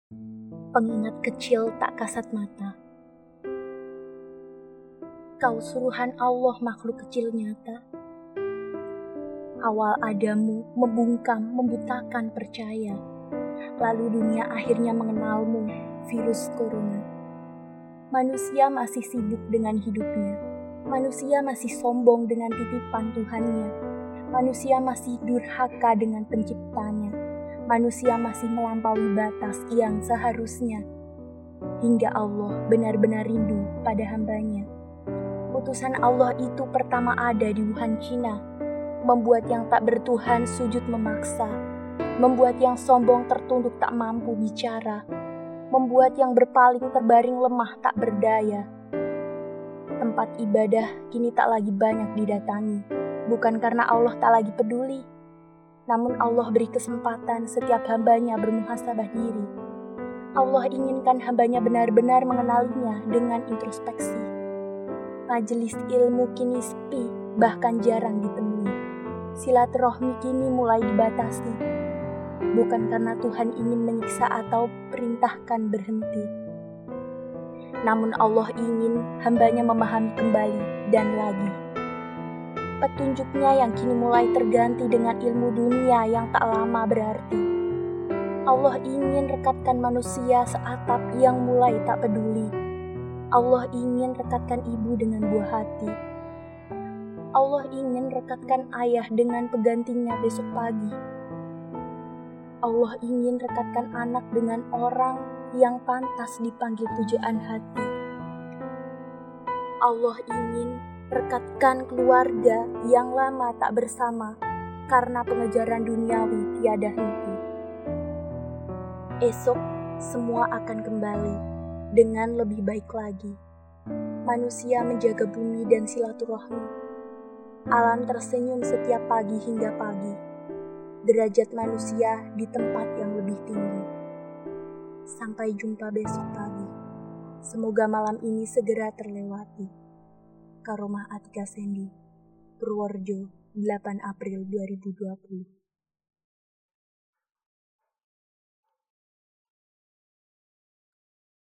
Pengingat kecil tak kasat mata. Kau suruhan Allah makhluk kecil nyata. Awal adamu membungkam, membutakan percaya. Lalu dunia akhirnya mengenalmu, virus corona. Manusia masih sibuk dengan hidupnya. Manusia masih sombong dengan titipan Tuhannya. Manusia masih durhaka dengan penciptanya. Manusia masih melampaui batas yang seharusnya. Hingga Allah benar-benar rindu pada hambanya. Utusan Allah itu pertama ada di Wuhan, Cina. Membuat yang tak bertuhan sujud memaksa. Membuat yang sombong tertunduk tak mampu bicara. Membuat yang berpaling terbaring lemah tak berdaya. Tempat ibadah kini tak lagi banyak didatangi. Bukan karena Allah tak lagi peduli. Namun Allah beri kesempatan setiap hambanya bermuhasabah diri. Allah inginkan hambanya benar-benar mengenalinya dengan introspeksi. Majelis ilmu kini sepi, bahkan jarang ditemui. Silaturahmi kini mulai dibatasi. Bukan karena Tuhan ingin menyiksa atau perintahkan berhenti. Namun Allah ingin hambanya memahami kembali dan lagi. Petunjuknya yang kini mulai terganti dengan ilmu dunia yang tak lama berarti. Allah ingin rekatkan manusia seatap yang mulai tak peduli. Allah ingin rekatkan ibu dengan buah hati. Allah ingin rekatkan ayah dengan penggantinya besok pagi. Allah ingin rekatkan anak dengan orang yang pantas dipanggil pujaan hati. Allah ingin rekatkan keluarga yang lama tak bersama karena pengejaran duniawi tiada henti. Esok semua akan kembali dengan lebih baik lagi. Manusia menjaga bumi dan silaturahmi. Alam tersenyum setiap pagi hingga pagi. Derajat manusia di tempat yang lebih tinggi. Sampai jumpa besok pagi. Semoga malam ini segera terlewati. Karomah Atika Sendi, Purworejo, 8 April 2020.